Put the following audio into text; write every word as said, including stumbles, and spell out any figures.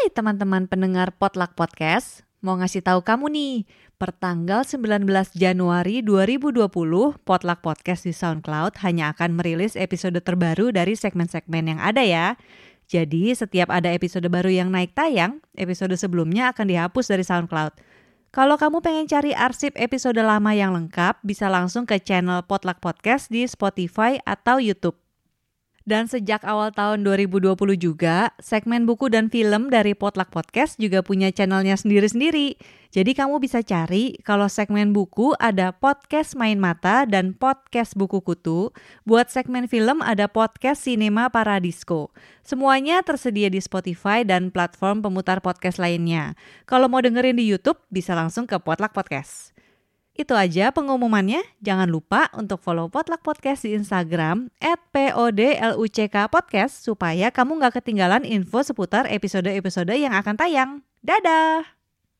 Hai teman-teman pendengar Potluck Podcast, mau ngasih tahu kamu nih, pertanggal sembilan belas Januari dua ribu dua puluh, Potluck Podcast di SoundCloud hanya akan merilis episode terbaru dari segmen-segmen yang ada ya. Jadi setiap ada episode baru yang naik tayang, episode sebelumnya akan dihapus dari SoundCloud. Kalau kamu pengen cari arsip episode lama yang lengkap, bisa langsung ke channel Potluck Podcast di Spotify atau YouTube. Dan sejak awal tahun dua ribu dua puluh juga, segmen buku dan film dari Potluck Podcast juga punya channelnya sendiri-sendiri. Jadi kamu bisa cari kalau segmen buku ada podcast Main Mata dan podcast Buku Kutu. Buat segmen film ada podcast Cinema Paradisco. Semuanya tersedia di Spotify dan platform pemutar podcast lainnya. Kalau mau dengerin di YouTube, bisa langsung ke Potluck Podcast. Itu aja pengumumannya. Jangan lupa untuk follow Potluck Podcast di Instagram at podluck podcast supaya kamu gak ketinggalan info seputar episode-episode yang akan tayang. Dadah!